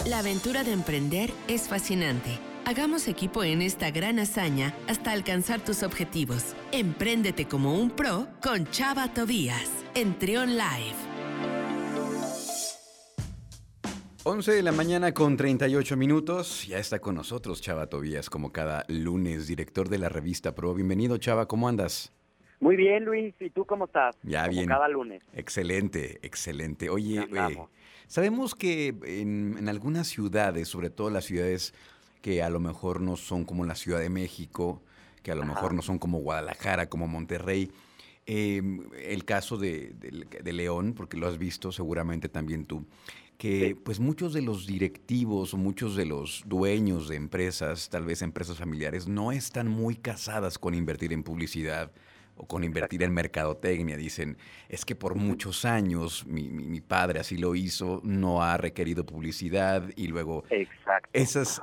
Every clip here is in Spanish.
La aventura de emprender es fascinante. Hagamos equipo en esta gran hazaña hasta alcanzar tus objetivos. Empréndete como un pro con Chava Tobías en Trión Live. 11 de la mañana con 38 minutos. Ya está con nosotros Chava Tobías, como cada lunes, director de la revista Pro. Bienvenido, Chava, ¿cómo andas? Muy bien, Luis. ¿Y tú cómo estás? Ya como bien. cada lunes. Excelente, excelente. Oye, Andamos. sabemos que en algunas ciudades, sobre todo las ciudades que a lo mejor no son como la Ciudad de México, que a lo mejor no son como Guadalajara, como Monterrey, el caso de León, porque lo has visto seguramente también tú, que Sí. pues muchos de los directivos o muchos de los dueños de empresas, tal vez empresas familiares, no están muy casadas con invertir en publicidad o con invertir en mercadotecnia. Dicen, es que por muchos años mi padre así lo hizo, no ha requerido publicidad y luego Exacto.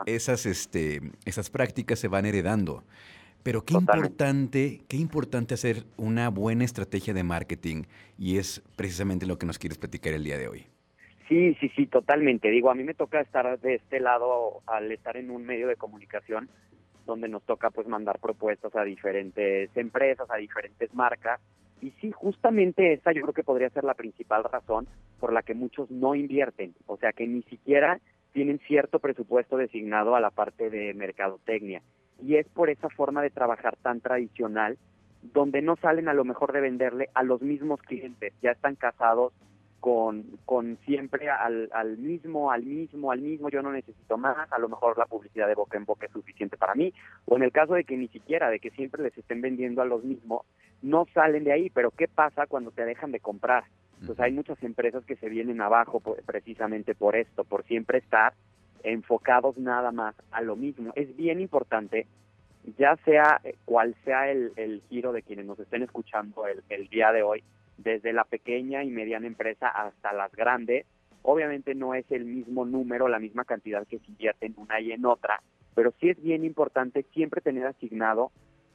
esas prácticas se van heredando. Pero Totalmente. qué importante hacer una buena estrategia de marketing, y es precisamente lo que nos quieres platicar el día de hoy. Sí, totalmente. Digo, a mí me toca estar de este lado al estar en un medio de comunicación donde nos toca pues mandar propuestas a diferentes empresas, a diferentes marcas. Y sí, justamente esa yo creo que podría ser la principal razón por la que muchos no invierten. O sea, que ni siquiera tienen cierto presupuesto designado a la parte de mercadotecnia. Y es por esa forma de trabajar tan tradicional, donde no salen a lo mejor de venderle a los mismos clientes. Ya están casados con siempre al mismo, yo no necesito más, a lo mejor la publicidad de boca en boca es suficiente para mí, o en el caso de que ni siquiera, de que siempre les estén vendiendo a los mismos, no salen de ahí. Pero ¿qué pasa cuando te dejan de comprar? Pues hay muchas empresas que se vienen abajo precisamente por esto, por siempre estar enfocados nada más a lo mismo. Es bien importante, ya sea cual sea el giro de quienes nos estén escuchando el día de hoy, desde la pequeña y mediana empresa hasta las grandes. Obviamente no es el mismo número, la misma cantidad que se invierte en una y en otra, pero sí es bien importante siempre tener asignado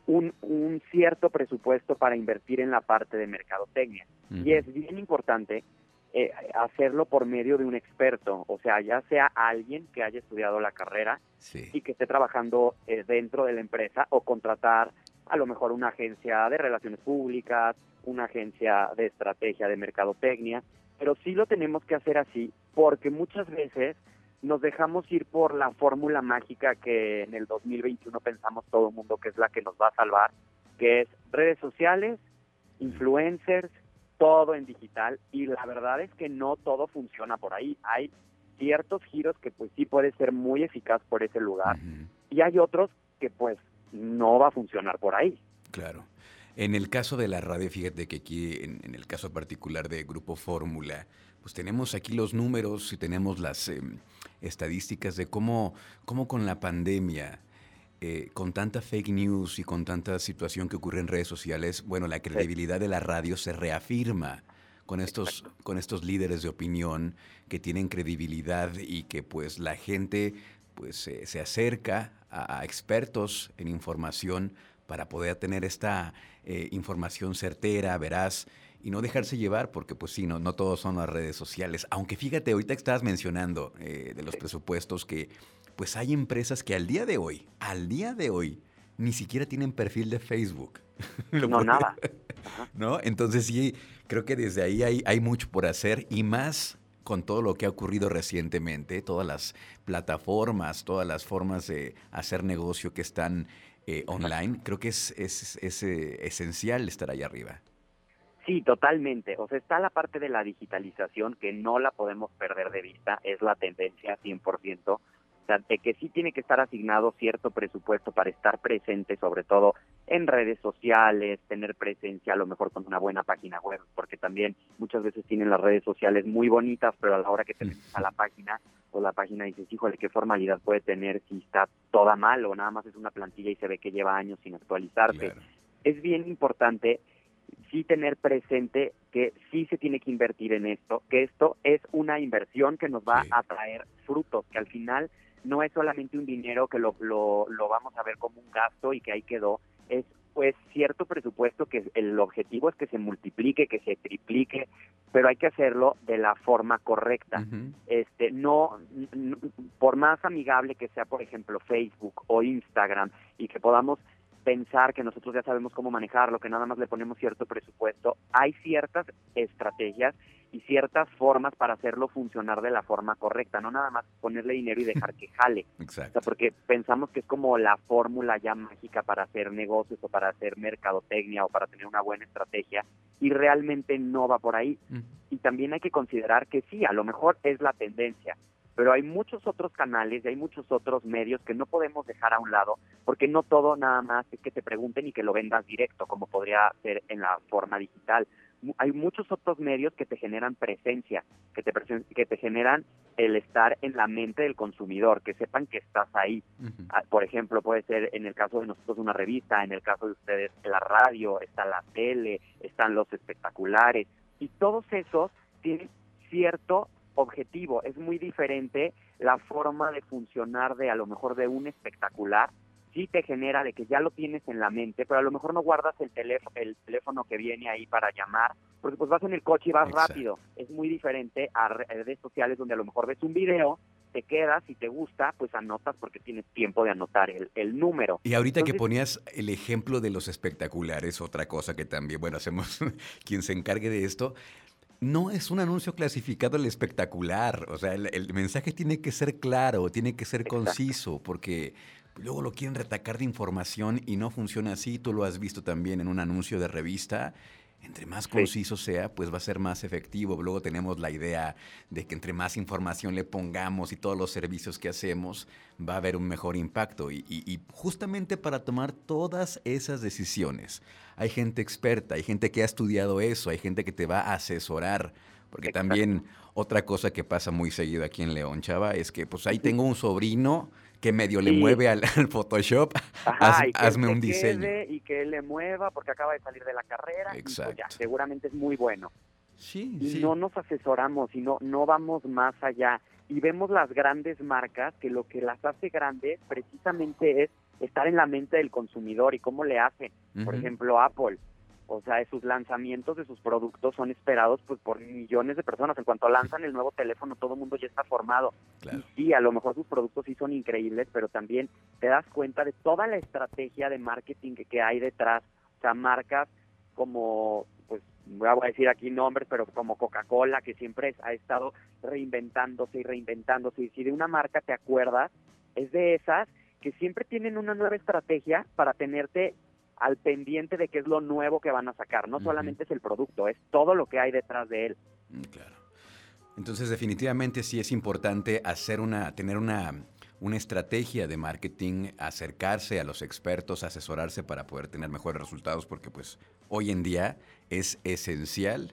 un cierto presupuesto para invertir en la parte de mercadotecnia. Y es bien importante hacerlo por medio de un experto, o sea, ya sea alguien que haya estudiado la carrera y que esté trabajando dentro de la empresa, o contratar a lo mejor una agencia de relaciones públicas, una agencia de estrategia de mercadotecnia, pero sí lo tenemos que hacer así porque muchas veces nos dejamos ir por la fórmula mágica que en el 2021 pensamos todo el mundo que es la que nos va a salvar, que es redes sociales, influencers, todo en digital, y la verdad es que no todo funciona por ahí. Hay ciertos giros que pues sí puede ser muy eficaz por ese lugar, y hay otros que pues no va a funcionar por ahí. Claro. En el caso de la radio, fíjate que aquí, en el caso particular de Grupo Fórmula, pues tenemos aquí los números y tenemos las estadísticas de cómo con la pandemia, con tanta fake news y con tanta situación que ocurre en redes sociales, bueno, la credibilidad de la radio se reafirma con estos líderes de opinión que tienen credibilidad y que pues la gente pues se acerca a expertos en información para poder tener esta información certera, veraz, y no dejarse llevar, porque pues sí, no todos son las redes sociales. Aunque fíjate, ahorita que estabas mencionando de los presupuestos, que pues hay empresas que al día de hoy, ni siquiera tienen perfil de Facebook. No, nada. Ajá. ¿No? Entonces sí, creo que desde ahí hay mucho por hacer, y más con todo lo que ha ocurrido recientemente, todas las plataformas, todas las formas de hacer negocio que están online. Creo que es esencial estar ahí arriba. Sí, totalmente. O sea, está la parte de la digitalización que no la podemos perder de vista, es la tendencia 100%. O sea, de que sí tiene que estar asignado cierto presupuesto para estar presente, sobre todo en redes sociales, tener presencia a lo mejor con una buena página web, porque también muchas veces tienen las redes sociales muy bonitas, pero a la hora que te metes a la página, o la página dices, híjole, qué formalidad puede tener si está toda mal o nada más es una plantilla y se ve que lleva años sin actualizarse. Claro. Es bien importante sí tener presente que sí se tiene que invertir en esto, que esto es una inversión que nos va a traer frutos, que al final no es solamente un dinero que lo vamos a ver como un gasto y que ahí quedó, es pues cierto presupuesto que el objetivo es que se multiplique, que se triplique, pero hay que hacerlo de la forma correcta. No, por más amigable que sea, por ejemplo, Facebook o Instagram, y que podamos pensar que nosotros ya sabemos cómo manejarlo, que nada más le ponemos cierto presupuesto, hay ciertas estrategias y ciertas formas para hacerlo funcionar de la forma correcta, no nada más ponerle dinero y dejar que jale. Exacto. O sea, porque pensamos que es como la fórmula ya mágica para hacer negocios o para hacer mercadotecnia o para tener una buena estrategia, y realmente no va por ahí. Y también hay que considerar que sí, a lo mejor es la tendencia, pero hay muchos otros canales y hay muchos otros medios que no podemos dejar a un lado, porque no todo nada más es que te pregunten y que lo vendas directo, como podría ser en la forma digital. Hay muchos otros medios que te generan presencia, que te generan el estar en la mente del consumidor, que sepan que estás ahí. Por ejemplo, puede ser en el caso de nosotros una revista, en el caso de ustedes la radio, está la tele, están los espectaculares, y todos esos tienen cierto objetivo. Es muy diferente la forma de funcionar de a lo mejor de un espectacular. Sí te genera de que ya lo tienes en la mente, pero a lo mejor no guardas el teléfono que viene ahí para llamar, porque pues vas en el coche y vas rápido. Es muy diferente a redes sociales donde a lo mejor ves un video, te quedas, si te gusta, pues anotas porque tienes tiempo de anotar el número. Y ahorita que ponías el ejemplo de los espectaculares, otra cosa que también, bueno, hacemos quien se encargue de esto, no es un anuncio clasificado el espectacular. O sea, el mensaje tiene que ser claro, tiene que ser conciso, porque luego lo quieren retacar de información y no funciona así. Tú lo has visto también en un anuncio de revista. Entre más conciso sea, pues va a ser más efectivo. Luego tenemos la idea de que entre más información le pongamos y todos los servicios que hacemos, va a haber un mejor impacto. Y justamente para tomar todas esas decisiones, hay gente experta, hay gente que ha estudiado eso, hay gente que te va a asesorar. Porque también otra cosa que pasa muy seguido aquí en León, Chava, es que pues ahí tengo un sobrino que medio le mueve al Photoshop. Hazme un diseño. Y que él le mueva porque acaba de salir de la carrera. Exacto. Y pues ya, seguramente es muy bueno. Sí. No nos asesoramos y no vamos más allá. Y vemos las grandes marcas que lo que las hace grandes precisamente es estar en la mente del consumidor y cómo le hacen. Por ejemplo, Apple. O sea, sus lanzamientos de sus productos son esperados pues por millones de personas. En cuanto lanzan el nuevo teléfono, todo el mundo ya está formado. Claro. Y sí, a lo mejor sus productos sí son increíbles, pero también te das cuenta de toda la estrategia de marketing que hay detrás. O sea, marcas como, pues, voy a decir aquí nombres, pero como Coca-Cola, que siempre ha estado reinventándose. Y si de una marca te acuerdas, es de esas que siempre tienen una nueva estrategia para tenerte al pendiente de qué es lo nuevo que van a sacar. No solamente es el producto, es todo lo que hay detrás de él. Claro. Entonces, definitivamente sí es importante tener una estrategia de marketing, acercarse a los expertos, asesorarse para poder tener mejores resultados, porque pues hoy en día es esencial,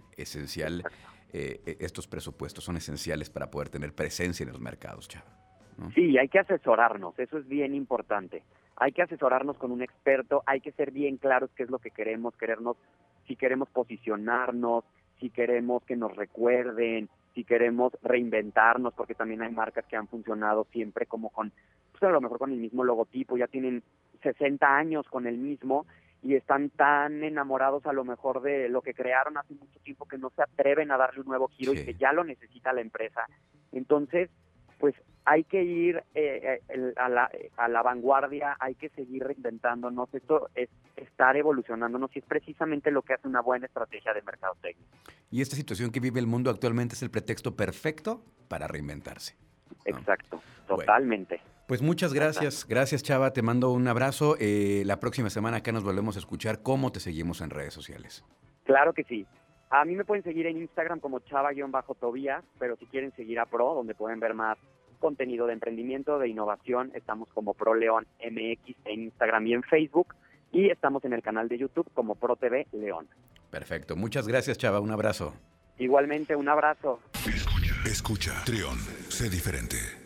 estos presupuestos son esenciales para poder tener presencia en los mercados, Chava, ¿no? Sí, hay que asesorarnos, eso es bien importante. Hay que asesorarnos con un experto, hay que ser bien claros qué es lo que queremos, si queremos posicionarnos, si queremos que nos recuerden, si queremos reinventarnos, porque también hay marcas que han funcionado siempre como con, pues a lo mejor con el mismo logotipo, ya tienen 60 años con el mismo y están tan enamorados a lo mejor de lo que crearon hace mucho tiempo que no se atreven a darle un nuevo giro y que ya lo necesita la empresa. Entonces, pues hay que ir a la vanguardia, hay que seguir reinventándonos. Esto es estar evolucionándonos y es precisamente lo que hace una buena estrategia de mercadotecnia. Y esta situación que vive el mundo actualmente es el pretexto perfecto para reinventarse, ¿no? Exacto, totalmente. Bueno, pues muchas gracias. Gracias, Chava, te mando un abrazo. La próxima semana acá nos volvemos a escuchar. ¿Cómo te seguimos en redes sociales? Claro que sí. A mí me pueden seguir en Instagram como chava-tobías, pero si quieren seguir a Pro, donde pueden ver más contenido de emprendimiento, de innovación, estamos como ProLeón MX en Instagram y en Facebook, y estamos en el canal de YouTube como ProTV León. Perfecto. Muchas gracias, Chava. Un abrazo. Igualmente, un abrazo. Escucha, Trión, sé diferente.